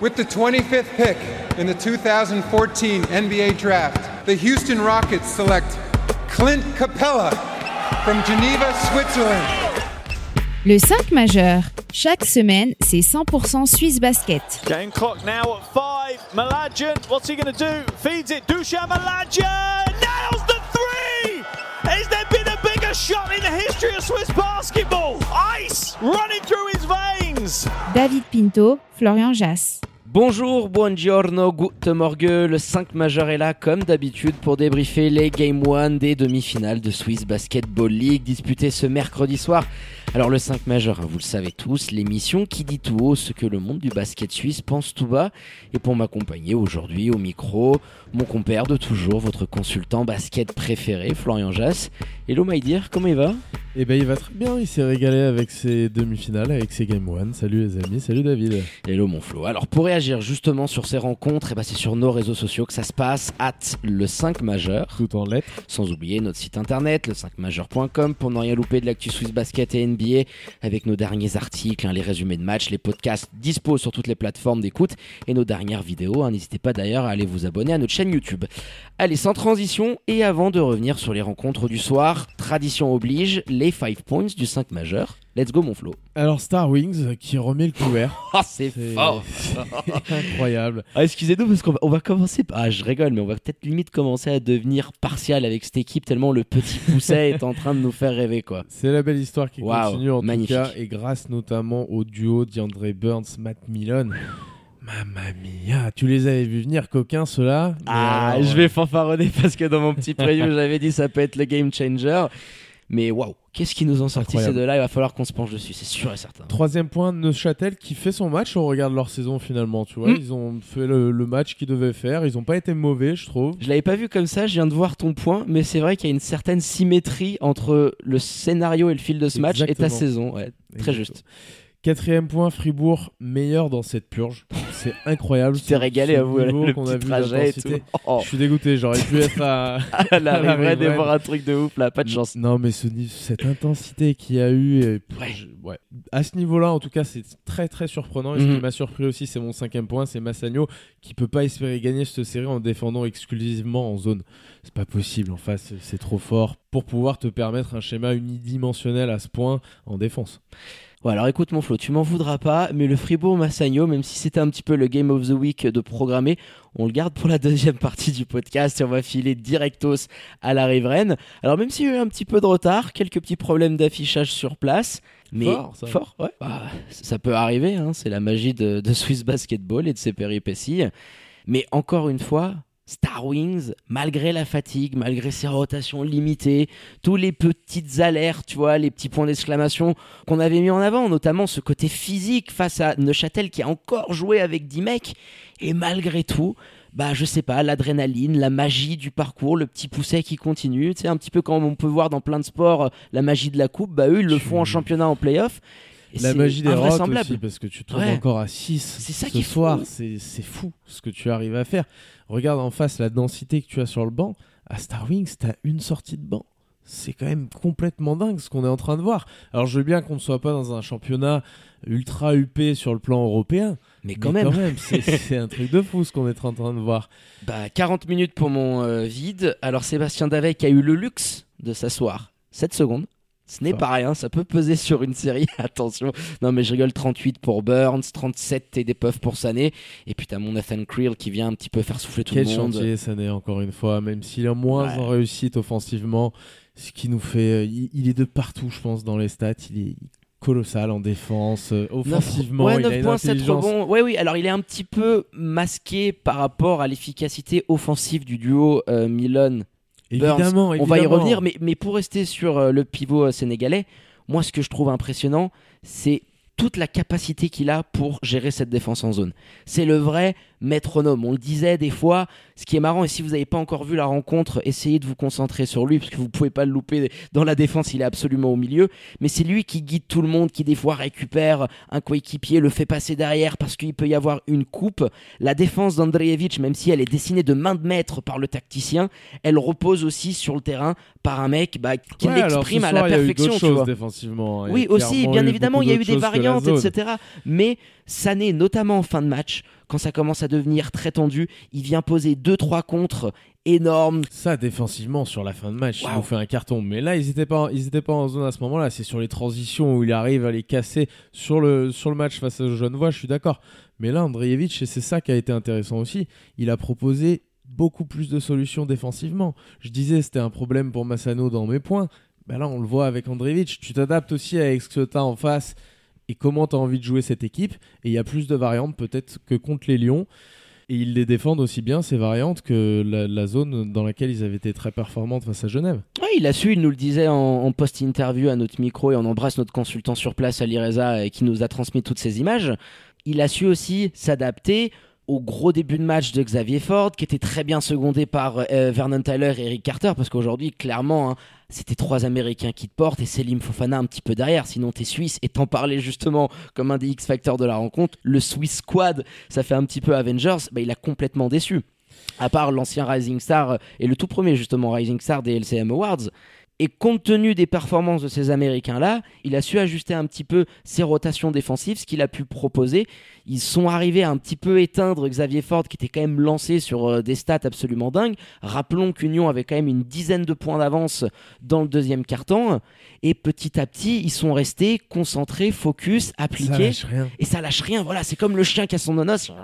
With the 25th pick in the 2014 NBA Draft, the Houston Rockets select Clint Capella from Geneva, Switzerland. Le 5 majeur. Chaque semaine, c'est 100% Swiss Basket. Game clock now at 5. Malajan, what's he going to do? Feeds it. Dusan Malajan nails the three! Has there been a bigger shot in the history of Swiss basketball? Ice running through his veins! David Pinto, Florian Jass. Bonjour, buongiorno, guten morgue, le 5 majeur est là comme d'habitude pour débriefer les Game 1 des demi-finales de Swiss Basketball League disputées ce mercredi soir. Alors le 5 majeur, vous le savez tous, l'émission qui dit tout haut ce que le monde du basket suisse pense tout bas. Et pour m'accompagner aujourd'hui au micro, mon compère de toujours, votre consultant basket préféré, Florian Jass. Hello my dear, comment il va ? Eh ben il va très bien, il s'est régalé avec ses demi-finales, avec ses Game 1. Salut les amis, salut David. Hello mon Flo. Alors pour réagir justement sur ces rencontres, c'est sur nos réseaux sociaux que ça se passe, le 5 majeur. Tout en lettres. Sans oublier notre site internet, le5majeur.com, pour ne rien louper de l'actu Swiss Basket et NBA, avec nos derniers articles, les résumés de matchs, les podcasts dispo sur toutes les plateformes d'écoute et nos dernières vidéos. N'hésitez pas d'ailleurs à aller vous abonner à notre chaîne YouTube. Allez, sans transition, et avant de revenir sur les rencontres du soir, tradition oblige, les 5 points du 5 majeur. Let's go mon Flo. Alors Star Wings qui remet le couvert. c'est fort. C'est incroyable. Excusez-nous parce qu'on va commencer je rigole, mais on va peut-être limite commencer à devenir partial avec cette équipe tellement le petit pousset est en train de nous faire rêver quoi. C'est la belle histoire qui continue en magnifique. Tout cas, et grâce notamment au duo DeAndre Burns, Matt Milon. Mamma mia, tu les avais vus venir, coquins, ceux-là. Je vais fanfaronner parce que dans mon petit preview, j'avais dit ça peut être le game changer. Mais waouh, qu'est-ce qu'ils nous ont sorti ces deux-là ? Il va falloir qu'on se penche dessus, c'est sûr et certain. Troisième point, Neuchâtel qui fait son match. On regarde leur saison finalement, tu vois. Ils ont fait le match qu'ils devaient faire. Ils n'ont pas été mauvais, je trouve. Je l'avais pas vu comme ça, je viens de voir ton point. Mais c'est vrai qu'il y a une certaine symétrie entre le scénario et le fil de ce match et ta saison. Ouais, très juste. Quatrième point, Fribourg, meilleur dans cette purge. C'est incroyable. Tu t'es régalé à vous, le qu'on petit a vu trajet et tout. Je suis dégoûté, j'aurais pu être à la Riverine et voir un truc de ouf là, pas de chance. Non mais cette intensité qu'il y a eu, à ce niveau-là en tout cas c'est très très surprenant. Et ce qui m'a surpris aussi, c'est mon 5e point, c'est Massagno qui peut pas espérer gagner cette série en défendant exclusivement en zone. C'est pas possible en face, c'est trop fort pour pouvoir te permettre un schéma unidimensionnel à ce point en défense. Ouais, alors écoute mon Flo, tu m'en voudras pas, mais le Fribourg-Massagno, même si c'était un petit peu le Game of the Week de programmer, on le garde pour la deuxième partie du podcast et on va filer directos à la riveraine. Alors même s'il y a eu un petit peu de retard, quelques petits problèmes d'affichage sur place, mais fort, ouais. Ça peut arriver, c'est la magie de Swiss Basketball et de ses péripéties. Mais encore une fois, Star Wings, malgré la fatigue, malgré ses rotations limitées, tous les petites alertes, tu vois, les petits points d'exclamation qu'on avait mis en avant, notamment ce côté physique face à Neuchâtel qui a encore joué avec 10 mecs, et malgré tout, je sais pas, l'adrénaline, la magie du parcours, le petit pousset qui continue, tu sais, un petit peu comme on peut voir dans plein de sports, la magie de la coupe, eux ils le font en championnat, en play-off. Et la magie des routes aussi, parce que tu tombes encore à 6 ce soir, c'est fou ce que tu arrives à faire. Regarde en face la densité que tu as sur le banc. À Star Wings, tu as une sortie de banc. C'est quand même complètement dingue ce qu'on est en train de voir. Alors je veux bien qu'on ne soit pas dans un championnat ultra huppé sur le plan européen, mais quand même c'est un truc de fou ce qu'on est en train de voir. 40 minutes pour mon vide. Alors Sébastien Davey qui a eu le luxe de s'asseoir 7 secondes. Ce n'est pas rien, ça peut peser sur une série, attention. Non mais je rigole, 38 pour Burns, 37 TD Puff pour Sané. Et puis t'as mon Nathan Creel qui vient un petit peu faire souffler tout le monde. Quel chantier Sané encore une fois, même s'il a moins en réussite offensivement, ce qui nous fait... Il est de partout je pense dans les stats, il est colossal en défense, offensivement, il a une intelligence. Rebonds. Oui, alors il est un petit peu masqué par rapport à l'efficacité offensive du duo Milon. Évidemment. On va y revenir, mais pour rester sur le pivot sénégalais, moi ce que je trouve impressionnant, c'est toute la capacité qu'il a pour gérer cette défense en zone. C'est le vrai métronome. On le disait des fois, ce qui est marrant, et si vous n'avez pas encore vu la rencontre, essayez de vous concentrer sur lui, parce que vous ne pouvez pas le louper dans la défense, il est absolument au milieu, mais c'est lui qui guide tout le monde, qui des fois récupère un coéquipier, le fait passer derrière, parce qu'il peut y avoir une coupe. La défense d'Andrejevic, même si elle est dessinée de main de maître par le tacticien, elle repose aussi sur le terrain par un mec qui l'exprime à la perfection. Il y a eu d'autres choses défensivement. Oui, aussi, bien évidemment, il y a eu des variantes brillantes, etc. Mais Sané, notamment en fin de match, quand ça commence à devenir très tendu, il vient poser 2-3 contres énormes. Ça, défensivement, sur la fin de match, il nous fait un carton. Mais là, ils étaient pas en zone à ce moment-là. C'est sur les transitions où il arrive à les casser sur le match face à Genevois, je suis d'accord. Mais là, Andrejević, et c'est ça qui a été intéressant aussi, il a proposé beaucoup plus de solutions défensivement. Je disais, c'était un problème pour Massano dans mes points. Ben là, on le voit avec Andrejević. Tu t'adaptes aussi avec ce que tu as en face et comment tu as envie de jouer cette équipe. Et il y a plus de variantes peut-être que contre les Lions. Et ils les défendent aussi bien, ces variantes, que la zone dans laquelle ils avaient été très performantes face à Genève. Oui, il a su, il nous le disait en post-interview à notre micro, et on embrasse notre consultant sur place, Ali Reza, qui nous a transmis toutes ces images. Il a su aussi s'adapter au gros début de match de Xavier Ford, qui était très bien secondé par Vernon Tyler et Eric Carter, parce qu'aujourd'hui, clairement, c'était 3 Américains qui te portent et Selim Fofana un petit peu derrière. Sinon, t'es Suisse, et t'en parlais justement comme un des X-Factors de la rencontre. Le Swiss Squad, ça fait un petit peu Avengers, il a complètement déçu. À part l'ancien Rising Star et le tout premier, justement, Rising Star des LCM Awards. Et compte tenu des performances de ces Américains-là, il a su ajuster un petit peu ses rotations défensives, ce qu'il a pu proposer. Ils sont arrivés à un petit peu éteindre Xavier Ford, qui était quand même lancé sur des stats absolument dingues. Rappelons qu'Union avait quand même une dizaine de points d'avance dans le deuxième quart-temps. Et petit à petit, ils sont restés concentrés, focus, appliqués. Ça lâche rien. Et ça lâche rien. Voilà, c'est comme le chien qui a son nonos.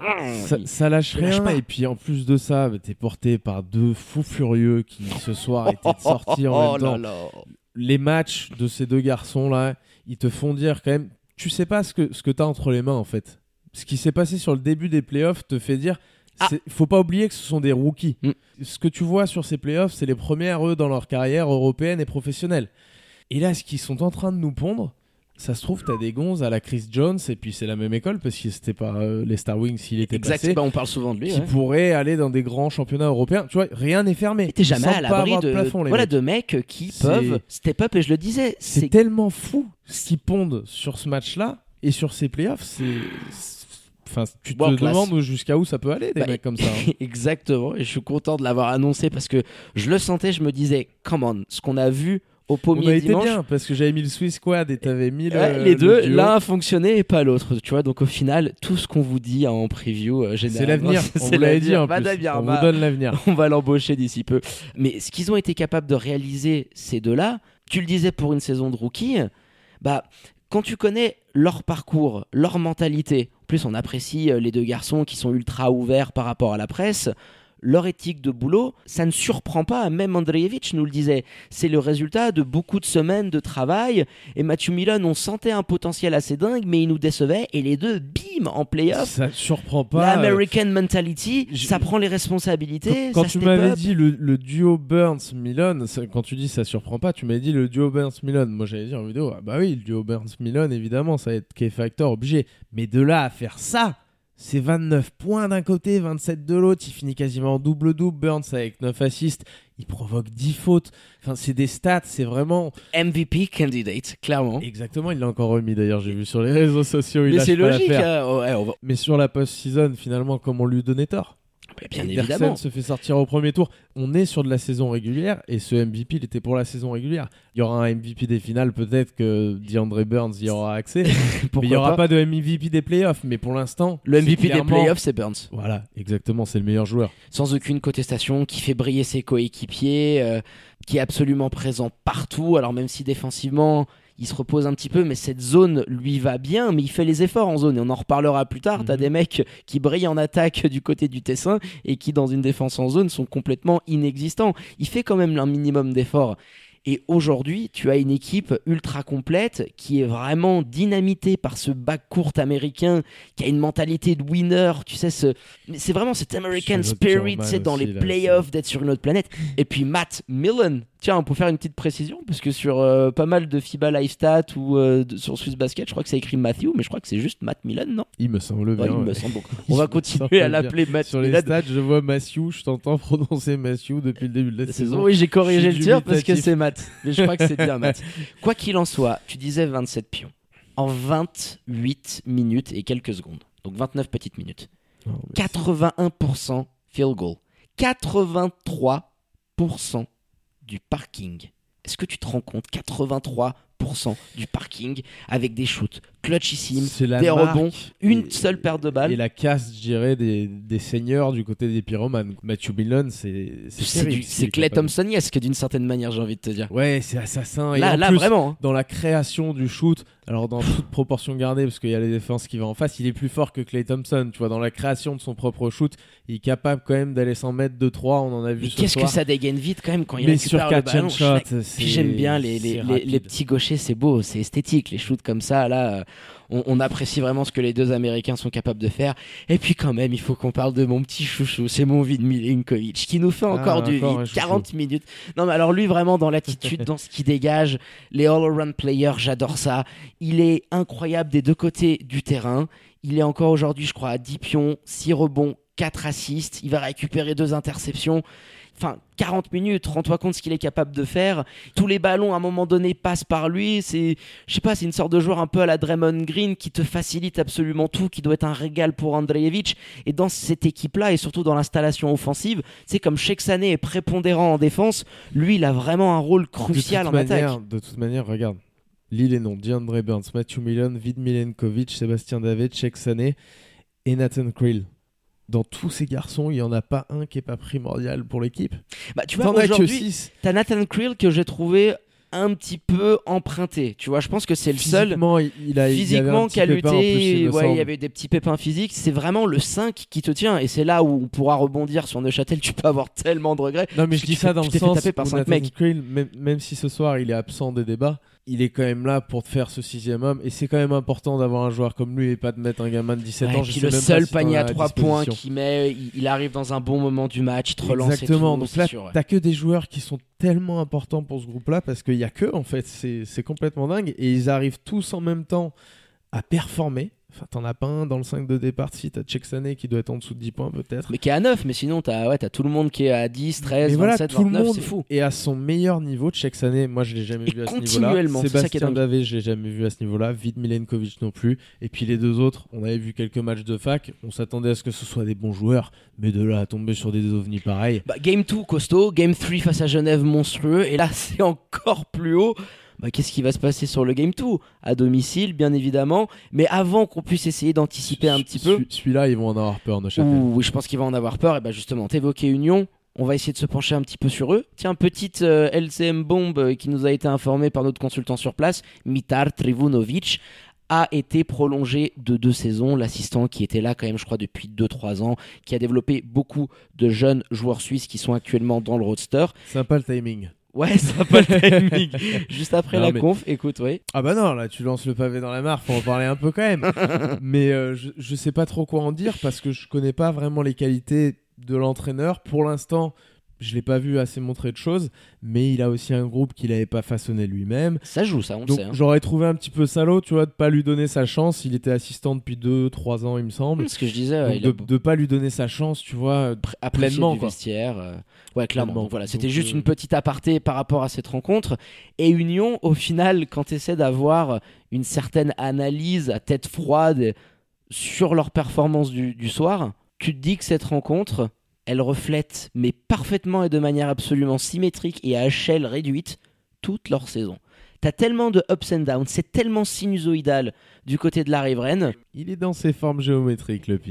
Ça lâche rien. Et puis en plus de ça, t'es porté par 2 fous furieux qui ce soir étaient sortis en même temps. Les matchs de ces 2 garçons-là, ils te font dire quand même, tu sais pas ce que t'as entre les mains en fait. Ce qui s'est passé sur le début des playoffs te fait dire, faut pas oublier que ce sont des rookies. Ce que tu vois sur ces playoffs, c'est les premières, eux, dans leur carrière européenne et professionnelle. Et là, ce qu'ils sont en train de nous pondre, ça se trouve, t'as des gonzes à la Chris Jones, et puis c'est la même école, parce que c'était pas les Star Wings s'il était passé. On parle souvent de lui. Qui pourraient aller dans des grands championnats européens. Tu vois, rien n'est fermé. T'es jamais à l'abri de mecs qui peuvent step up, et je le disais. C'est tellement fou ce qu'ils pondent sur ce match-là, et sur ces playoffs, Enfin, tu te demandes jusqu'à où ça peut aller, des mecs comme ça. Exactement, et je suis content de l'avoir annoncé, parce que je le sentais, je me disais, come on, ce qu'on a vu au pommier dimanche. On a été bien, parce que j'avais mis le Swiss Squad et t'avais mis les deux, l'un a fonctionné et pas l'autre, tu vois. Donc au final, tout ce qu'on vous dit en preview, c'est l'avenir. On vous l'avait dit en plus. On vous donne l'avenir. On va l'embaucher d'ici peu. Mais ce qu'ils ont été capables de réaliser, ces deux-là, tu le disais pour une saison de rookie, quand tu connais leur parcours, leur mentalité, en plus on apprécie les 2 garçons qui sont ultra ouverts par rapport à la presse, leur éthique de boulot, ça ne surprend pas. Même Andrejević nous le disait, c'est le résultat de beaucoup de semaines de travail. Et Matthew Milon, on sentait un potentiel assez dingue, mais il nous décevait. Et les deux, bim, en play-off. Ça ne surprend pas. L'American mentality, ça prend les responsabilités. Quand tu m'avais dit le duo Burns-Milon, quand tu dis ça surprend pas, tu m'avais dit le duo Burns-Milon. Moi j'allais dire en vidéo, le duo Burns-Milon, évidemment, ça va être K-Factor obligé. Mais de là à faire ça, c'est 29 points d'un côté, 27 de l'autre. Il finit quasiment en double-double. Burns avec 9 assists. Il provoque 10 fautes. Enfin, c'est des stats, c'est vraiment... MVP candidate, clairement. Exactement, il l'a encore remis d'ailleurs. J'ai vu sur les réseaux sociaux. Mais c'est logique. Mais sur la post-season, finalement, comme on lui donnait tort. Bien Ederson évidemment. se fait sortir au premier tour. On est sur de la saison régulière et ce MVP, il était pour la saison régulière. Il y aura un MVP des finales, peut-être que DeAndre Burns y aura accès. Mais il n'y aura pas de MVP des playoffs. Mais pour l'instant, le MVP des playoffs, c'est Burns. Voilà, exactement, c'est le meilleur joueur. Sans aucune contestation, qui fait briller ses coéquipiers, qui est absolument présent partout. Alors même si défensivement, il se repose un petit peu, mais cette zone lui va bien, mais il fait les efforts en zone, et on en reparlera plus tard. T'as des mecs qui brillent en attaque du côté du Tessin et qui, dans une défense en zone, sont complètement inexistants. Il fait quand même un minimum d'efforts. Et aujourd'hui, tu as une équipe ultra complète qui est vraiment dynamitée par ce backcourt américain qui a une mentalité de winner. Tu sais, c'est vraiment cet American spirit, c'est dans les playoffs, d'être sur une autre planète. Et puis Matt Milon. Tiens, on peut faire une petite précision, parce que sur pas mal de FIBA Live Stats ou sur Swiss Basket, je crois que c'est écrit Matthew, mais je crois que c'est juste Matt Milon, non ? Il me semble bien. Il me semble beaucoup. On va continuer à l'appeler Matt sur Milon. Sur les stats, je vois Matthew, je t'entends prononcer Matthew depuis le début de la saison. Oui, j'ai corrigé le tir parce que c'est Matt, mais je crois que c'est bien Matt. Quoi qu'il en soit, tu disais 27 pions en 28 minutes et quelques secondes, donc 29 petites minutes. 81% field goal, 83% du parking. Est-ce que tu te rends compte, 83% 50% du parking avec des shoots clutchissimes, des rebonds, une seule paire de balles. Et la casse, je dirais, des seigneurs du côté des pyromanes. Matthew Milone, c'est Klay Thompson-esque d'une certaine manière, j'ai envie de te dire. Ouais, c'est assassin. Là, et en plus, vraiment. Dans la création du shoot, alors dans toute proportion gardée, parce qu'il y a les défenses qui vont en face, il est plus fort que Klay Thompson. Tu vois, dans la création de son propre shoot, il est capable quand même d'aller s'en mettre 2-3. On en a vu ce soir. Qu'est-ce que ça dégaine vite quand même quand il récupère le ballon. Puis j'aime bien les petits gauchers, c'est beau, c'est esthétique. Les shoots comme ça, là, on apprécie vraiment ce que les deux Américains sont capables de faire. Et puis quand même, il faut qu'on parle de mon petit chouchou, c'est mon Vid Milenkovic, qui nous fait encore du vide, 40 minutes. Non mais alors lui vraiment dans l'attitude, dans ce qu'il dégage, les all-around players, j'adore ça. Il est incroyable des deux côtés du terrain. Il est encore aujourd'hui, je crois, à 10 pions, 6 rebonds, 4 assists. Il va récupérer 2 interceptions. Enfin, 40 minutes, rends-toi compte ce qu'il est capable de faire. Tous les ballons, à un moment donné, passent par lui. C'est une sorte de joueur un peu à la Draymond Green qui te facilite absolument tout, qui doit être un régal pour Andreevich. Et dans cette équipe-là, et surtout dans l'installation offensive, c'est comme Sheikh Sané est prépondérant en défense, lui, il a vraiment un rôle crucial en attaque. De toute manière, regarde. Lis les noms: DeAndre Burns, Matthew Milone, Vid Milenkovic, Sébastien David, Sheikh Sané et Nathan Creel. Dans tous ces garçons, il n'y en a pas un qui n'est pas primordial pour l'équipe. Bah, tu vois, aujourd'hui, tu as Nathan Creel que j'ai trouvé un petit peu emprunté. Tu vois, je pense que c'est le seul physiquement qui a lutté. Il y avait des petits pépins physiques. C'est vraiment le 5 qui te tient. Et c'est là où on pourra rebondir sur Neuchâtel. Tu peux avoir tellement de regrets. Non, mais je dis ça dans le sens où Nathan Creel, même si ce soir il est absent des débats, il est quand même là pour te faire ce 6e homme, et c'est quand même important d'avoir un joueur comme lui et pas de mettre un gamin de 17 ans. Puis le seul panier à 3 points qu'il met, il arrive dans un bon moment du match, il te relance. Exactement, et tout, donc là t'as que des joueurs qui sont tellement importants pour ce groupe-là, parce qu'il y a que, en fait, c'est complètement dingue, et ils arrivent tous en même temps à performer. Enfin, t'en as pas un dans le 5 de départ. Si t'as Sheikh Sané qui doit être en dessous de 10 points peut-être. Mais qui est à 9, mais sinon t'as tout le monde qui est à 10, 13, 27, 29, c'est fou. Et à son meilleur niveau, Sheikh Sané, moi je l'ai jamais vu à ce niveau-là. Sébastien Davé, je l'ai jamais vu à ce niveau-là. Vid Milenkovic non plus. Et puis les deux autres, on avait vu quelques matchs de fac. On s'attendait à ce que ce soit des bons joueurs, mais de là à tomber sur des ovnis pareils. Game 2 costaud, Game 3 face à Genève monstrueux, et là c'est encore plus haut. Qu'est-ce qui va se passer sur le Game 2 à domicile, bien évidemment, mais avant qu'on puisse essayer d'anticiper un petit peu. Celui-là, ils vont en avoir peur, Neuchâtel. Oui, je pense qu'ils vont en avoir peur. Et justement, t'évoquais Union. On va essayer de se pencher un petit peu sur eux. Tiens, petite LCM bombe qui nous a été informée par notre consultant sur place, Mitar Trivunovic, a été prolongé de 2 saisons. L'assistant qui était là quand même, je crois, depuis 2-3 ans, qui a développé beaucoup de jeunes joueurs suisses qui sont actuellement dans le roster. Sympa le timing. Ouais, ça n'a pas le timing. Juste après conf, écoute, oui. Ah bah non, là tu lances le pavé dans la mare, faut en parler un peu quand même. Mais je sais pas trop quoi en dire parce que je connais pas vraiment les qualités de l'entraîneur. Pour l'instant, je l'ai pas vu assez montrer de choses, mais il a aussi un groupe qu'il avait pas façonné lui-même. Ça joue, ça, on le sait. Hein. J'aurais trouvé un petit peu salaud, tu vois, de pas lui donner sa chance. Il était assistant depuis 2-3 ans, il me semble. C'est ce que je disais. De pas lui donner sa chance, tu vois, pleinement. Du vestiaire. Ouais, clairement. Donc, voilà, c'était juste une petite aparté par rapport à cette rencontre. Et Union, au final, quand tu essaies d'avoir une certaine analyse à tête froide sur leur performance du soir, tu te dis que cette rencontre, elle reflète, mais parfaitement et de manière absolument symétrique et à échelle réduite, toute leur saison. T'as tellement de ups and downs, c'est tellement sinusoïdal du côté de la riveraine. Il est dans ses formes géométriques, le pin.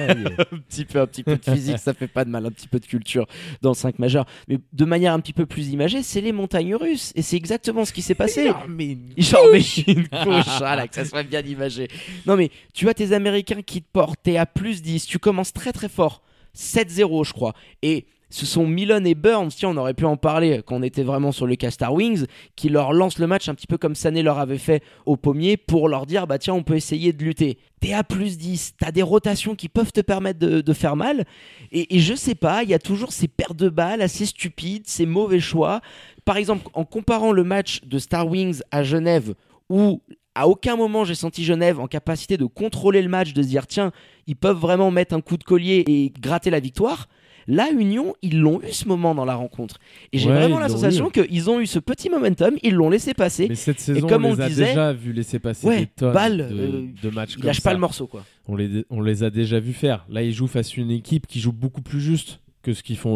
un petit peu de physique, ça fait pas de mal, un petit peu de culture dans le 5 majeur. Mais de manière un petit peu plus imagée, c'est les montagnes russes. Et c'est exactement ce qui s'est passé. Genre, mais une couche, là, que ça soit bien imagé. Non, mais tu as tes Américains qui te portent, t'es à plus 10, tu commences très très fort. 7-0 je crois, et ce sont Milone et Burns, tiens on aurait pu en parler quand on était vraiment sur le cas Star Wings, qui leur lancent le match un petit peu comme Sané leur avait fait au pommier pour leur dire bah tiens on peut essayer de lutter. T'es à plus 10, t'as des rotations qui peuvent te permettre de faire mal, et je sais pas, il y a toujours ces pertes de balles assez stupides, ces mauvais choix. Par exemple, en comparant le match de Star Wings à Genève, où à aucun moment j'ai senti Genève en capacité de contrôler le match, de se dire tiens, ils peuvent vraiment mettre un coup de collier et gratter la victoire. Là, Union, ils l'ont eu ce moment dans la rencontre. Et j'ai vraiment la sensation qu'ils ont eu ce petit momentum, ils l'ont laissé passer. Mais cette saison, et comme on les a déjà vu laisser passer des tonnes de matchs comme ça. Ils lâchent pas le morceau, quoi. On les a déjà vus faire. Là, ils jouent face à une équipe qui joue beaucoup plus juste que ce qu'ils font eux.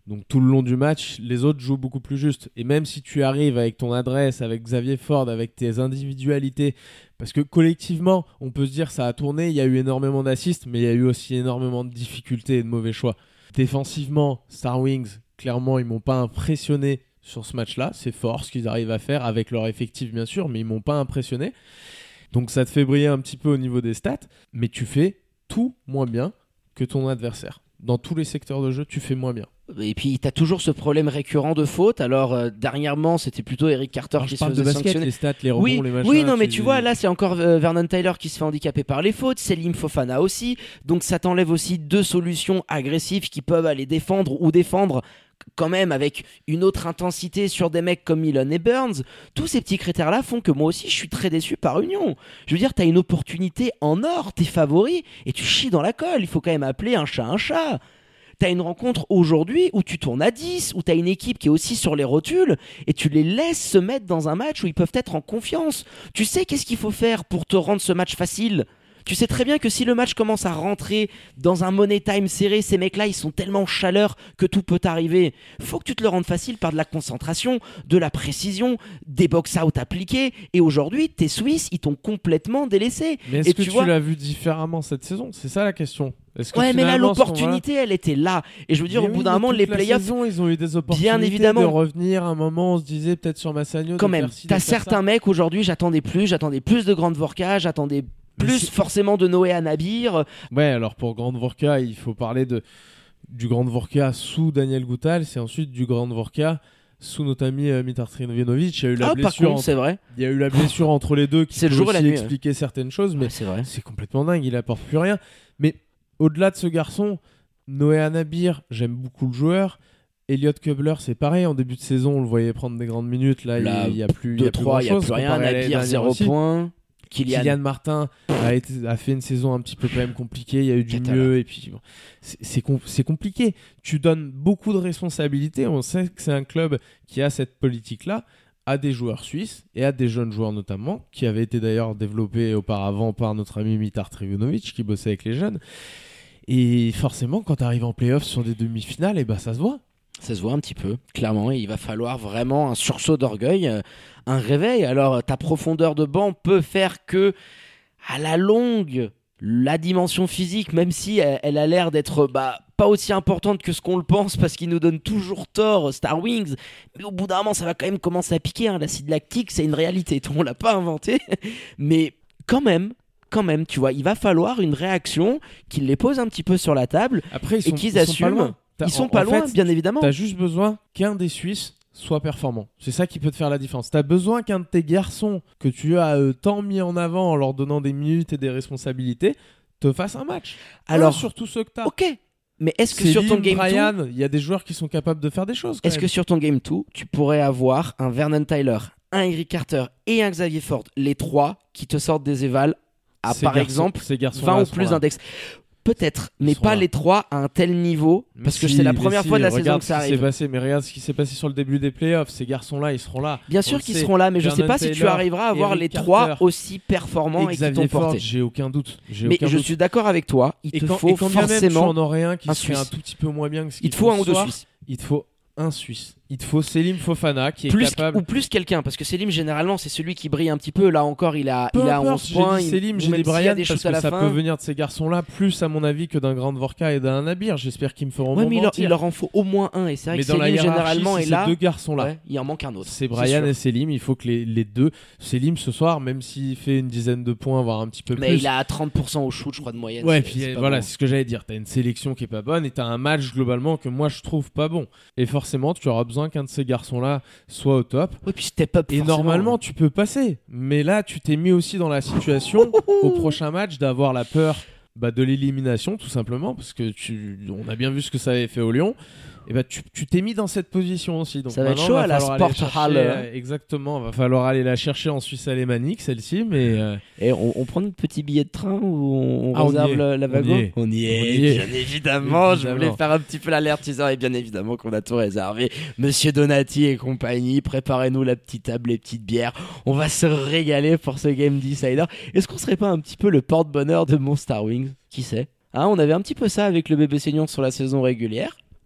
Donc tout le long du match, les autres jouent beaucoup plus juste. Et même si tu arrives avec ton adresse, avec Xavier Ford, avec tes individualités, parce que collectivement, on peut se dire ça a tourné, il y a eu énormément d'assists, mais il y a eu aussi énormément de difficultés et de mauvais choix. Défensivement, Star Wings, clairement, ils m'ont pas impressionné sur ce match-là. C'est fort ce qu'ils arrivent à faire avec leur effectif, bien sûr, mais ils m'ont pas impressionné. Donc ça te fait briller un petit peu au niveau des stats, mais tu fais tout moins bien que ton adversaire. Dans tous les secteurs de jeu, tu fais moins bien. Et puis, tu as toujours ce problème récurrent de faute. Alors, dernièrement, c'était plutôt Eric Carter qui se faisait basket, sanctionner. Les stats, les rebonds, les machins. Oui, non, mais tu vois, là, c'est encore Vernon Taylor qui se fait handicaper par les fautes. Selim Fofana aussi. Donc, ça t'enlève aussi 2 solutions agressives qui peuvent aller défendre ou défendre quand même avec une autre intensité sur des mecs comme Milon et Burns. Tous ces petits critères-là font que moi aussi, je suis très déçu par Union. Je veux dire, t'as une opportunité en or, t'es favori, et tu chies dans la colle. Il faut quand même appeler un chat un chat. T'as une rencontre aujourd'hui où tu tournes à 10, où t'as une équipe qui est aussi sur les rotules, et tu les laisses se mettre dans un match où ils peuvent être en confiance. Tu sais qu'est-ce qu'il faut faire pour te rendre ce match facile ? Tu sais très bien que si le match commence à rentrer dans un money time serré, ces mecs-là, ils sont tellement chaleurs que tout peut arriver. Faut que tu te le rendes facile par de la concentration, de la précision, des box-out appliqués. Et aujourd'hui, tes Suisses, ils t'ont complètement délaissé. Mais est-ce que tu l'as vu différemment cette saison ? C'est ça la question. Ouais, mais là, l'opportunité, elle était là. Et je veux dire, au bout d'un moment, les playoffs, ils ont eu des opportunités bien évidemment de revenir. À un moment, on se disait peut-être sur Massagno. Quand même, t'as certains mecs aujourd'hui, j'attendais plus de Grande Vorka, j'attendais plus forcément de Noé Anabir. Ouais, alors pour Grande Vorka, il faut parler du Grande Vorka sous Daniel Goutal, c'est ensuite du Grande Vorka sous notre ami Mitar Trivinovic. Il y a eu la blessure. C'est vrai. Il y a eu la blessure entre les deux qui peut aussi expliquer certaines choses, mais c'est vrai. C'est complètement dingue. Il apporte plus rien. Mais au-delà de ce garçon, Noé Anabir, j'aime beaucoup le joueur. Elliot Kubler, c'est pareil. En début de saison, on le voyait prendre des grandes minutes. Là, il y a plus. 2-3, il n'y a plus rien. Anabir, 0 points. Kylian Martin a fait une saison un petit peu quand même compliquée, il y a eu du mieux et puis bon, c'est compliqué. Tu donnes beaucoup de responsabilités, on sait que c'est un club qui a cette politique-là, à des joueurs suisses et à des jeunes joueurs notamment, qui avaient été d'ailleurs développés auparavant par notre ami Mitar Trivunovic qui bossait avec les jeunes. Et forcément, quand tu arrives en play-off sur des demi-finales, et ça se voit. Ça se voit un petit peu, clairement, et il va falloir vraiment un sursaut d'orgueil, un réveil. Alors, ta profondeur de banc peut faire que, à la longue, la dimension physique, même si elle a l'air d'être pas aussi importante que ce qu'on le pense, parce qu'il nous donne toujours tort, Star Wings, mais au bout d'un moment, ça va quand même commencer à piquer. L'acide lactique, c'est une réalité, on l'a pas inventé, mais quand même, tu vois, il va falloir une réaction qui les pose un petit peu sur la table. Après, et qu'ils assument. Ils sont pas loin, bien évidemment. T'as juste besoin qu'un des Suisses soit performant. C'est ça qui peut te faire la différence. T'as besoin qu'un de tes garçons que tu as tant mis en avant en leur donnant des minutes et des responsabilités te fasse un match. Alors, surtout ceux que t'as. Ok. Mais est-ce que sur ton Game 2, il y a des joueurs qui sont capables de faire des choses est-ce que sur ton Game 2, tu pourrais avoir un Vernon Tyler, un Eric Carter et un Xavier Ford, les 3 qui te sortent des évals à par exemple 20 ou plus d'index? Peut-être, mais pas les 3 à un tel niveau, parce que c'est la première fois de la saison que ça arrive. Mais regarde ce qui s'est passé sur le début des playoffs. Ces garçons-là, ils seront là. Bien sûr qu'ils seront là, mais je sais pas si tu arriveras à avoir les 3 aussi performants et qui t'ont porté. J'ai aucun doute. Mais je suis d'accord avec toi. Il te faut forcément en aurais un qui serait un tout petit peu moins bien que ce qu'il te faut un ou deux Suisses. Il te faut un Suisse. Il te faut Selim Fofana qui est capable. Ou plus quelqu'un, parce que Selim généralement c'est celui qui brille un petit peu. Là encore, il a 11 points. J'ai dit Selim, j'ai dit Brian parce que ça peut venir de ces garçons-là, plus à mon avis que d'un Grand Vorka et d'un Nabir. J'espère qu'ils me feront mentir. Mais il leur en faut au moins un. Et c'est vrai que Selim généralement est là. Ces deux garçons-là. Ouais, il en manque un autre. C'est Brian et Selim. Il faut que les deux. Selim ce soir, même s'il fait une dizaine de points, voire un petit peu plus. Mais il a 30% au shoot, je crois, de moyenne. Ouais, puis voilà, c'est ce que j'allais dire. T'as une sélection qui est pas bonne et t'as un match globalement que moi je trouve pas bon. Et forcément, tu auras besoin qu'un de ces garçons-là soit au top. Oui, puis step up. Et normalement, tu peux passer. Mais là, tu t'es mis aussi dans la situation au prochain match d'avoir la peur de l'élimination, tout simplement, parce que on a bien vu ce que ça avait fait au Lyon. Et tu t'es mis dans cette position aussi. Donc ça va être chaud à la Sport Hall. Exactement, va falloir aller la chercher en Suisse alémanique, celle-ci. Mais Et on prend notre petit billet de train ou on réserve la wagon? On y est, bien évidemment. Je voulais faire un petit peu l'alertiseur et bien évidemment qu'on a tout réservé. Monsieur Donati et compagnie, préparez-nous la petite table, les petites bières. On va se régaler pour ce Game Decider. Est-ce qu'on serait pas un petit peu le porte-bonheur de mon Star Wings? Qui sait? On avait un petit peu ça avec le bébé Seignon sur la saison régulière.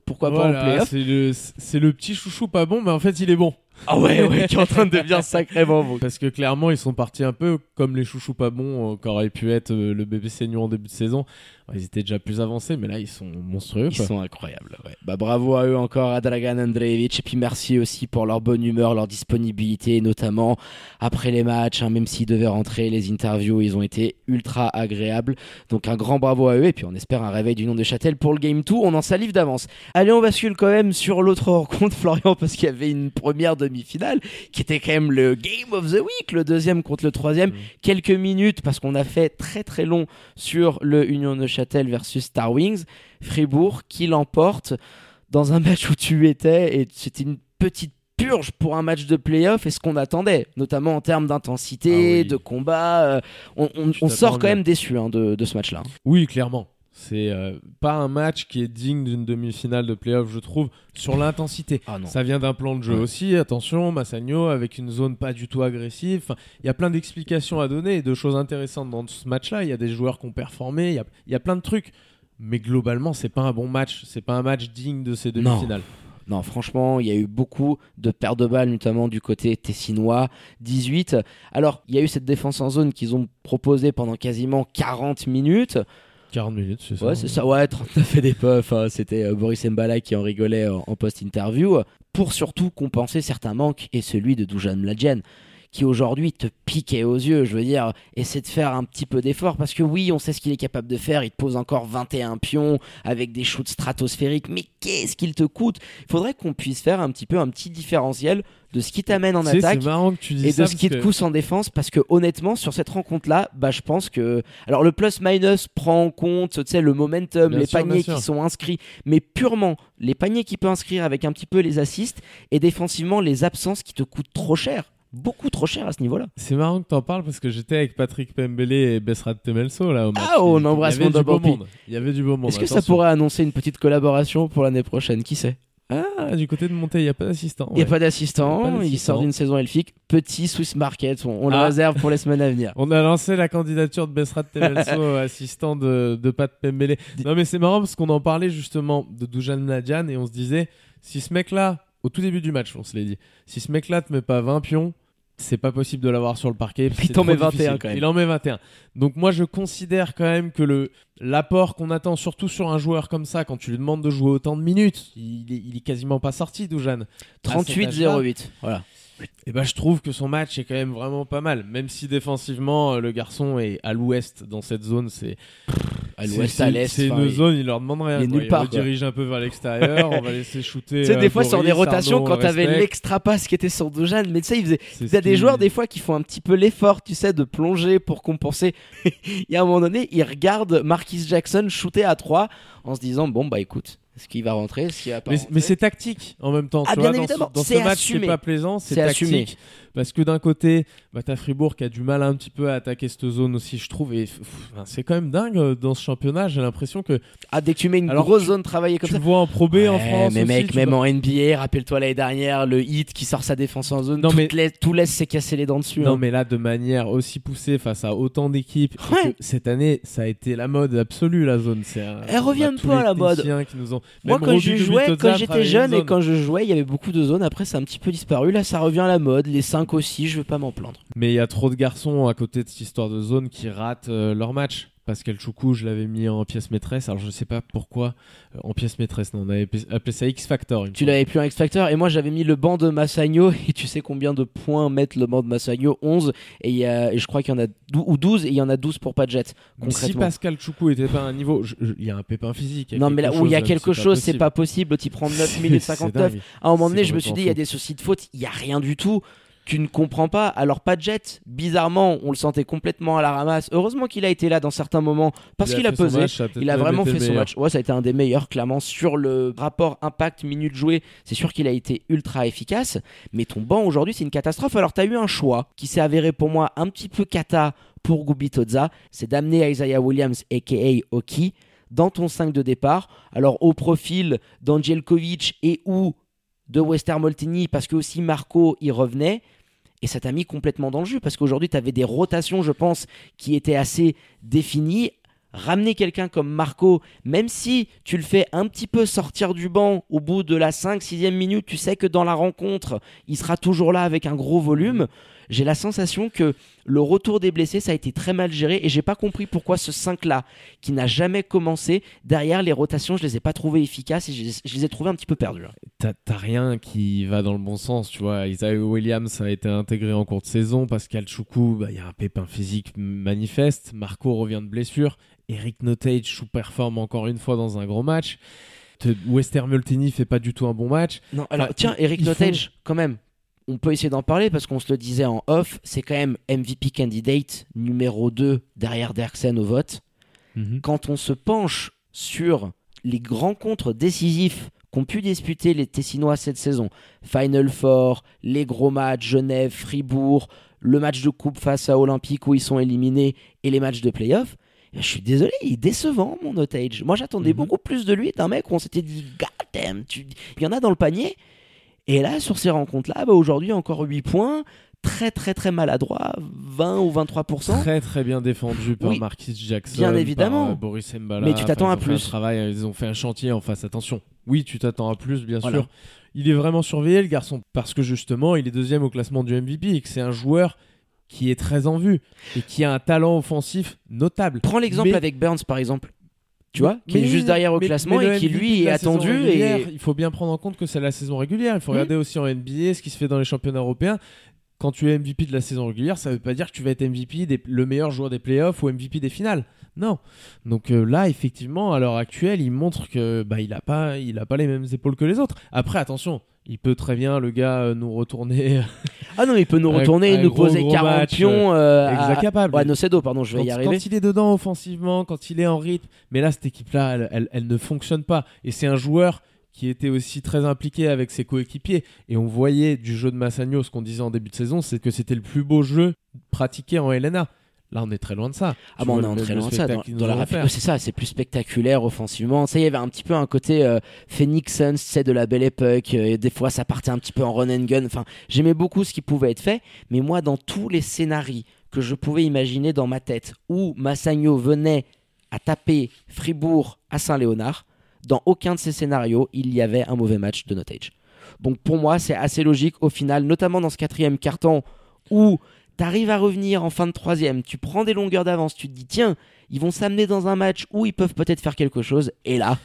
pourquoi pas en play-off. C'est le petit chouchou pas bon, mais en fait il est bon. Ah ouais, qui est en train de devenir sacrément bon. Parce que clairement, ils sont partis un peu comme les chouchous pas bons qu'aurait pu être le bébé Seignon en début de saison. Ils étaient déjà plus avancés, mais là, ils sont monstrueux. Ils sont incroyables, ouais. Bravo à eux encore, à Dragan Andreevich. Et puis merci aussi pour leur bonne humeur, leur disponibilité, notamment après les matchs. Même s'ils devaient rentrer, les interviews, ils ont été ultra agréables. Donc un grand bravo à eux. Et puis on espère un réveil du nom de Châtel pour le Game 2. On en salive d'avance. Allez, on bascule quand même sur l'autre rencontre, Florian, parce qu'il y avait une première demi-finale qui était quand même le Game of the Week, le deuxième contre le troisième. Quelques minutes, parce qu'on a fait très très long sur le Union Neuchâtel versus Star Wings. Fribourg qui l'emporte dans un match où tu étais, et c'était une petite purge pour un match de play-off et ce qu'on attendait, notamment en termes d'intensité, de combat. On sort quand même déçu de ce match-là. Oui, clairement. C'est pas un match qui est digne d'une demi-finale de play-off, je trouve, sur l'intensité. Ça vient d'un plan de jeu aussi, attention, Massagno, avec une zone pas du tout agressive. Il y a plein d'explications à donner et de choses intéressantes dans ce match-là. Il y a des joueurs qui ont performé, il y a plein de trucs. Mais globalement, c'est pas un bon match. C'est pas un match digne de ces demi-finales. Non, franchement, il y a eu beaucoup de pertes de balles, notamment du côté tessinois. 18. Alors, il y a eu cette défense en zone qu'ils ont proposée pendant quasiment 40 minutes. 40 minutes, c'est ça. Ouais, c'est ça, ouais, 39 et des puffs. C'était Boris Mbala qui en rigolait en post-interview. Pour surtout compenser certains manques, et celui de Dusan Mladjan, qui aujourd'hui te piquait aux yeux. Je veux dire, essaie de faire un petit peu d'effort, parce que oui, on sait ce qu'il est capable de faire. Il te pose encore 21 pions avec des shoots stratosphériques, mais qu'est-ce qu'il te coûte? Il faudrait qu'on puisse faire un petit différentiel de ce qui t'amène en attaque et de ce qui te pousse en défense, parce que honnêtement, sur cette rencontre-là, je pense que... Alors le plus-minus prend en compte le momentum, les paniers qui sont inscrits, mais purement les paniers qu'il peut inscrire avec un petit peu les assists, et défensivement les absences qui te coûtent trop cher. Beaucoup trop cher à ce niveau-là. C'est marrant que t'en parles, parce que j'étais avec Patrick Pembele et Besrat Temelso là au match. On embrasse mon double monde. Il y avait du beau monde. Est-ce que ça pourrait annoncer une petite collaboration pour l'année prochaine? Qui sait? Du côté de Monté, il n'y a pas d'assistant. Il n'y a pas d'assistant. Il sort d'une saison elfique. Petit Swiss Market. On le réserve pour les semaines à venir. On a lancé la candidature de Besrat Temelso, assistant de Pat Pembele. Non, mais c'est marrant parce qu'on en parlait justement de Dusan Mladjan, et on se disait, si ce mec-là, au tout début du match, on se l'est dit, si ce mec-là te met pas 20 pions, c'est pas possible de l'avoir sur le parquet. Il t'en met 21 quand même. Il en met 21. Donc moi je considère quand même que l'apport qu'on attend, surtout sur un joueur comme ça, quand tu lui demandes de jouer autant de minutes, il est quasiment pas sorti, Dusan. 38-08. Voilà. Et je trouve que son match est quand même vraiment pas mal, même si défensivement le garçon est à l'ouest dans cette zone. C'est à l'ouest, à l'est. C'est une zone, il leur demande rien. Il est nulle part. Il redirige un peu vers l'extérieur, on va laisser shooter. Tu sais, des fois Boris, sur des rotations, Arnaud, quand t'avais l'extra passe qui était sur Dusan, mais tu sais, il y a des joueurs des fois qui font un petit peu l'effort, tu sais, de plonger pour compenser. Il y a un moment donné, ils regardent Marquis Jackson shooter à 3 en se disant, bon, écoute. Est-ce qu'il va rentrer? Est-ce qu'il va pas rentrer? Mais c'est tactique en même temps. Bien évidemment. Dans ce match qui n'est pas plaisant, c'est tactique. Assumé. Parce que d'un côté, t'as Fribourg qui a du mal un petit peu à attaquer cette zone aussi, je trouve. Et c'est quand même dingue dans ce championnat. J'ai l'impression que. Dès que tu mets une grosse zone travaillée comme ça. Tu le vois en Pro B en France. Mais aussi, mec, même en NBA, rappelle-toi l'année dernière, le Heat qui sort sa défense en zone, tout laisse s'est cassé les dents dessus. Non, mais là, de manière aussi poussée face à autant d'équipes. Cette année, ça a été la mode absolue, la zone. Elle revient pas à la mode. Moi, quand j'étais jeune et quand je jouais, il y avait beaucoup de zones. Après, ça a un petit peu disparu. Là, ça revient à la mode. Les 5 aussi, je veux pas m'en plaindre. Mais il y a trop de garçons à côté de cette histoire de zone qui ratent leur match. Pascal Choukou, je l'avais mis en pièce maîtresse. Alors, je sais pas pourquoi en pièce maîtresse. Non, on avait appelé ça X-Factor. Tu l'avais plus en X-Factor. Et moi, j'avais mis le banc de Massagno. Et tu sais combien de points mettre le banc de Massagno? 11. Et je crois qu'il y en a 12. Et il y en a 12 pour Padjet. Si Pascal Choukou était pas à un niveau, il y a un pépin physique. Non, mais là où il y a quelque chose, c'est pas possible. Tu prends 9 minutes 59. À un moment donné, je me suis dit, il y a des soucis de faute. Il y a rien du tout. Tu ne comprends pas. Alors Padjet, bizarrement, on le sentait complètement à la ramasse. Heureusement qu'il a été là dans certains moments parce qu'il a pesé. Il a vraiment fait son match. Ouais, ça a été un des meilleurs, clairement. Sur le rapport impact minutes jouées, c'est sûr qu'il a été ultra efficace. Mais ton banc aujourd'hui, c'est une catastrophe. Alors tu as eu un choix qui s'est avéré pour moi un petit peu cata pour Gubitoza. C'est d'amener Isaiah Williams, a.k.a. Oki, dans ton 5 de départ. Alors au profil d'Angelkovic et ou de Wester Molteni, parce que aussi Marco y revenait. Et ça t'a mis complètement dans le jus, parce qu'aujourd'hui, tu avais des rotations, je pense, qui étaient assez définies. ramener quelqu'un comme Marco, même si tu le fais un petit peu sortir du banc au bout de la 5-6e minute, tu sais que dans la rencontre, il sera toujours là avec un gros volume. J'ai la sensation que le retour des blessés, ça a été très mal géré et j'ai pas compris pourquoi ce 5-là, qui n'a jamais commencé, derrière les rotations, je les ai pas trouvées efficaces et je les ai trouvées un petit peu perdues. T'as rien qui va dans le bon sens, tu vois. Isaiah Williams a été intégré en cours de saison. Pascal Choukou, y a un pépin physique manifeste. Marco revient de blessure. Eric Nottage sous-performe encore une fois dans un gros match. Wester Multini fait pas du tout un bon match. Non, alors tiens, Eric Nottage, quand même. On peut essayer d'en parler parce qu'on se le disait en off, c'est quand même MVP candidate numéro 2 derrière Derksen au vote. Quand on se penche sur les rencontres décisifs qu'ont pu disputer les Tessinois cette saison, Final Four, les gros matchs, Genève, Fribourg, le match de coupe face à Olympique où ils sont éliminés et les matchs de play-off, je suis désolé, il est décevant mon Nottage. Moi j'attendais beaucoup plus de lui, d'un mec où on s'était dit God damn, il y en a dans le panier. Et là, sur ces rencontres-là, aujourd'hui, encore 8 points, très très très maladroit, 20 ou 23%. Très très bien défendu par Marquis Jackson, bien évidemment. par Boris Mbala. Mais tu t'attends à plus. Ils ont fait un chantier en face, attention. Oui, tu t'attends à plus, bien sûr. Il est vraiment surveillé, le garçon, parce que justement, il est 2e au classement du MVP et que c'est un joueur qui est très en vue et qui a un talent offensif notable. Prends l'exemple avec Burns, par exemple. Tu vois, qui est juste derrière au classement et qui lui est attendu. Il faut bien prendre en compte que c'est la saison régulière. Il faut regarder aussi en NBA ce qui se fait dans les championnats européens. Quand tu es MVP de la saison régulière, ça ne veut pas dire que tu vas être MVP le meilleur joueur des playoffs ou MVP des finales. Non. Donc là, effectivement, à l'heure actuelle, il montre que il a pas les mêmes épaules que les autres. Après, attention. Il peut très bien, le gars, nous retourner. Ah non, il peut nous retourner, nous poser 40 pions capable. Ouais, Nocedo, pardon, je vais y arriver. Quand il est dedans offensivement, quand il est en rythme. Mais là, cette équipe-là, elle ne fonctionne pas. Et c'est un joueur qui était aussi très impliqué avec ses coéquipiers. Et on voyait du jeu de Massagno, ce qu'on disait en début de saison, c'est que c'était le plus beau jeu pratiqué en LNA. Là, on est très loin de ça. Ah bon, on est très loin de ça. Dans la c'est ça, c'est plus spectaculaire offensivement. Ça, il y avait un petit peu un côté Phoenix Suns, c'est de la belle époque. Des fois, ça partait un petit peu en run and gun. Enfin, j'aimais beaucoup ce qui pouvait être fait. Mais moi, dans tous les scénarios que je pouvais imaginer dans ma tête, où Massagno venait à taper Fribourg à Saint-Léonard, dans aucun de ces scénarios, il y avait un mauvais match de Nottage. Donc pour moi, c'est assez logique au final, notamment dans ce 4e quart-temps où t'arrives à revenir en fin de 3e, tu prends des longueurs d'avance, tu te dis tiens, ils vont s'amener dans un match où ils peuvent peut-être faire quelque chose, et là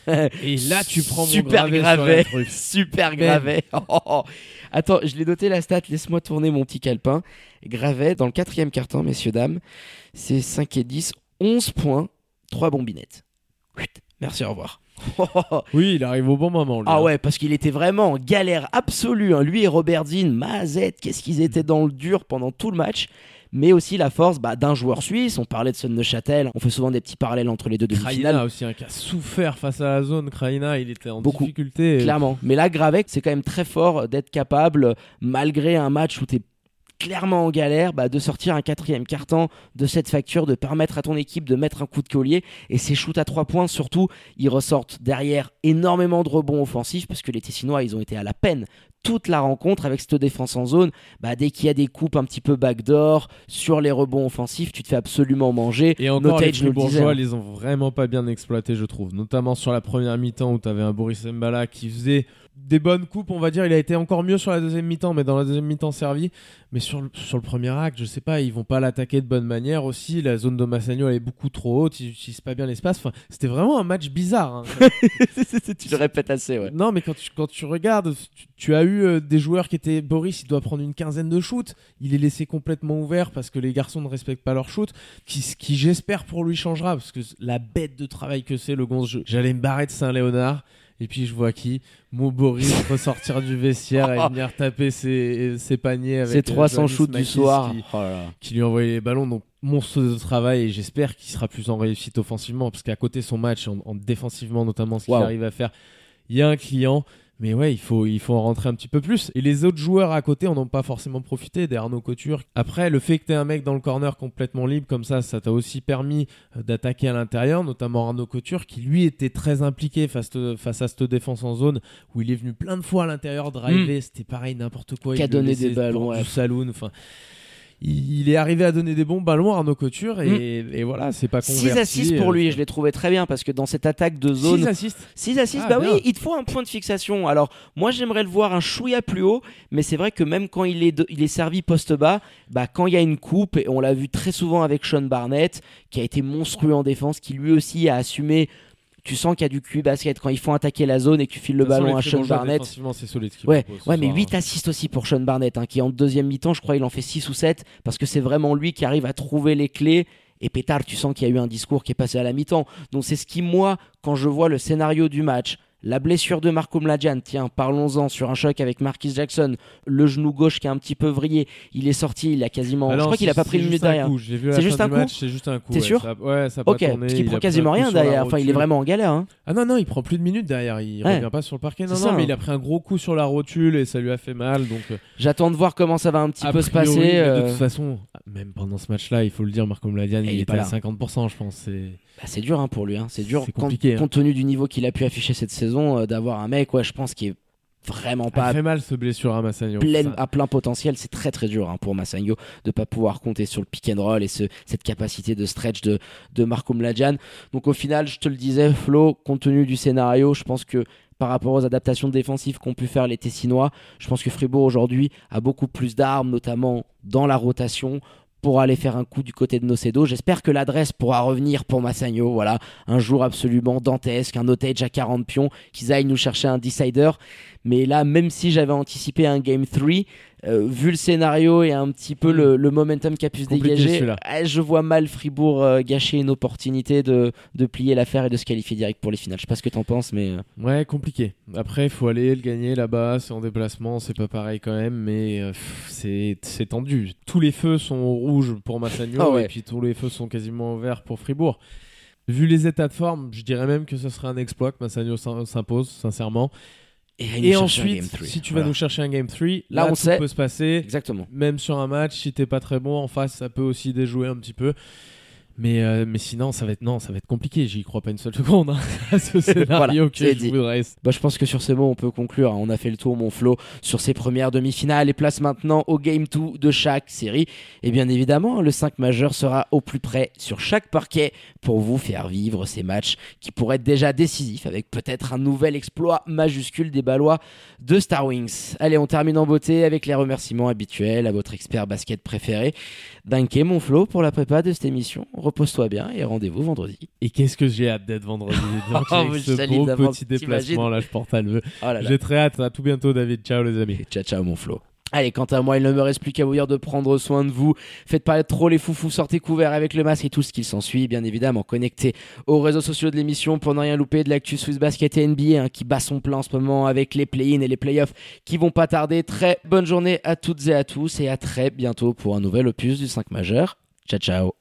tu prends super gravé, super gravé. Attends, je l'ai noté la stat, laisse-moi tourner mon petit calepin. Gravet dans le 4e quart-temps, messieurs dames, c'est 5 et 10, 11 points, 3 bombinettes. Merci, au revoir. Oui, il arrive au bon moment. Lui, ah ouais, parce qu'il était vraiment en galère absolue. Lui et Robert Zinn, Mazette, qu'est-ce qu'ils étaient dans le dur pendant tout le match. Mais aussi la force d'un joueur suisse. On parlait de Son Neuchâtel. On fait souvent des petits parallèles entre les deux demi-finales. Kraïna aussi, qui a souffert face à la zone. Kraïna, il était en difficulté. Clairement. Mais là, Gravec, c'est quand même très fort d'être capable, malgré un match où t'es clairement en galère, de sortir un 4e quart-temps de cette facture, de permettre à ton équipe de mettre un coup de collier. Et ces shoots à 3 points, surtout, ils ressortent derrière énormément de rebonds offensifs parce que les Tessinois, ils ont été à la peine toute la rencontre avec cette défense en zone. Dès qu'il y a des coupes un petit peu backdoor sur les rebonds offensifs, tu te fais absolument manger. Et encore, les Fribourgeois, ils ont vraiment pas bien exploité, je trouve. Notamment sur la première mi-temps où tu avais un Boris Mbala qui faisait des bonnes coupes, on va dire. Il a été encore mieux sur la deuxième mi-temps, mais dans la deuxième mi-temps servi. Mais sur le premier acte, je sais pas, ils vont pas l'attaquer de bonne manière aussi. La zone de Massagno, elle est beaucoup trop haute, ils n'utilisent pas bien l'espace. Enfin, c'était vraiment un match bizarre. Tu le répètes assez, ouais. Non, mais quand tu regardes, tu as eu des joueurs qui étaient... Boris, il doit prendre une 15aine de shoots. Il est laissé complètement ouvert parce que les garçons ne respectent pas leurs shoots. Qui j'espère pour lui changera, parce que la bête de travail que c'est, le gonze. J'allais me barrer de Saint-Léonard. Et puis je vois mon Boris ressortir du vestiaire et venir taper ses paniers avec ses 300 shoots du soir qui lui envoyait les ballons. Donc monstre de travail, et j'espère qu'il sera plus en réussite offensivement, parce qu'à côté son match en défensivement notamment, ce qu'il arrive à faire, il y a un client. Mais ouais, il faut en rentrer un petit peu plus. Et les autres joueurs à côté, on n'en a pas forcément profité, des Arnaud Couture. Après, le fait que tu aies un mec dans le corner complètement libre comme ça t'a aussi permis d'attaquer à l'intérieur, notamment Arnaud Couture, qui lui était très impliqué face à cette défense en zone, où il est venu plein de fois à l'intérieur driver, c'était pareil, n'importe quoi. Qui a donné des ballons, du saloon, enfin... il est arrivé à donner des bons ballons à Arnaud Couture et voilà, c'est pas converti. 6 assists pour lui, je l'ai trouvé très bien parce que dans cette attaque de zone 6 assists, bah bien. Oui, il te faut un point de fixation. Alors moi j'aimerais le voir un chouïa plus haut, mais c'est vrai que même quand il est servi poste bas, bah quand il y a une coupe, et on l'a vu très souvent avec Sean Barnett qui a été monstrueux en défense, qui lui aussi a assumé. Tu sens qu'il y a du QI basket quand ils font attaquer la zone et que tu files le ballon à Sean Barnett. C'est solide, ouais, mais 8 assists aussi pour Sean Barnett, qui en deuxième mi-temps, je crois, il en fait 6 ou 7 parce que c'est vraiment lui qui arrive à trouver les clés. Et pétard, tu sens qu'il y a eu un discours qui est passé à la mi-temps. Donc c'est ce qui, moi, quand je vois le scénario du match, la blessure de Marco Mladjan, tiens, parlons-en, sur un choc avec Marquis Jackson, le genou gauche qui a un petit peu vrillé, il est sorti, il a quasiment... je crois qu'il a pas pris une minute derrière. C'est juste un coup. C'est juste un coup. T'es sûr ? Ça a pas tourné. Parce qu'il prend quasiment rien derrière, enfin il est vraiment en galère. Ah non, il prend plus de minutes derrière, il revient pas sur le parquet. Non, mais il a pris un gros coup sur la rotule et ça lui a fait mal. Donc j'attends de voir comment ça va un petit peu se passer. De toute façon, même pendant ce match-là, il faut le dire, Marco Mladjan, il était à 50%, je pense. C'est dur pour lui, c'est dur compliqué, compte tenu du niveau qu'il a pu afficher cette saison, d'avoir un mec, je pense qu'il est vraiment pas. Ça fait mal ce blessure à Massagno. À plein potentiel, c'est très très dur pour Massagno de pas pouvoir compter sur le pick and roll et cette capacité de stretch de Marco Mladjan. Donc au final, je te le disais, Flo, compte tenu du scénario, je pense que par rapport aux adaptations défensives qu'ont pu faire les Tessinois, je pense que Fribourg aujourd'hui a beaucoup plus d'armes, notamment dans la rotation, pour aller faire un coup du côté de Nocedo. J'espère que l'adresse pourra revenir pour Massagno. Voilà, un jour absolument dantesque, un otage à 40 pions, qu'ils aillent nous chercher un decider. Mais là, même si j'avais anticipé un Game 3, vu le scénario et un petit peu le momentum qui a pu se dégager, je vois mal Fribourg gâcher une opportunité de plier l'affaire et de se qualifier direct pour les finales. Je sais pas ce que t'en penses, mais... Ouais, compliqué. Après, il faut aller le gagner là-bas, c'est en déplacement, c'est pas pareil quand même, mais c'est tendu. Tous les feux sont rouges pour Massagno et puis tous les feux sont quasiment verts pour Fribourg. Vu les états de forme, je dirais même que ce serait un exploit que Massagno s'impose, sincèrement. Et ensuite, si tu vas nous chercher un Game 3, là on sait. Peut se passer. Exactement. Même sur un match, si t'es pas très bon en face, ça peut aussi déjouer un petit peu. Mais sinon, ça va être compliqué. J'y crois pas une seule seconde à ce scénario que je voudrais. Je pense que sur ces mots, on peut conclure. On a fait le tour, mon Flo, sur ces premières demi-finales et place maintenant au Game 2 de chaque série. Et bien évidemment, le 5 majeur sera au plus près sur chaque parquet pour vous faire vivre ces matchs qui pourraient être déjà décisifs avec peut-être un nouvel exploit majuscule des Balois de Star Wings. Allez, on termine en beauté avec les remerciements habituels à votre expert basket préféré. Danke, mon Flo, pour la prépa de cette émission. Repose-toi bien et rendez-vous vendredi. Et qu'est-ce que j'ai hâte d'être vendredi. Donc, avec ce beau petit déplacement, là, je porte à le. J'ai très hâte. À tout bientôt, David. Ciao, les amis. Ciao, mon Flo. Allez, quant à moi, il ne me reste plus qu'à vous dire de prendre soin de vous. Faites pas trop les foufous, sortez couverts avec le masque et tout ce qui s'ensuit. Bien évidemment, connectez aux réseaux sociaux de l'émission pour ne rien louper de l'actu Swiss Basket et NBA qui bat son plein en ce moment avec les play-in et les play-offs qui vont pas tarder. Très bonne journée à toutes et à tous et à très bientôt pour un nouvel opus du 5 majeur. Ciao.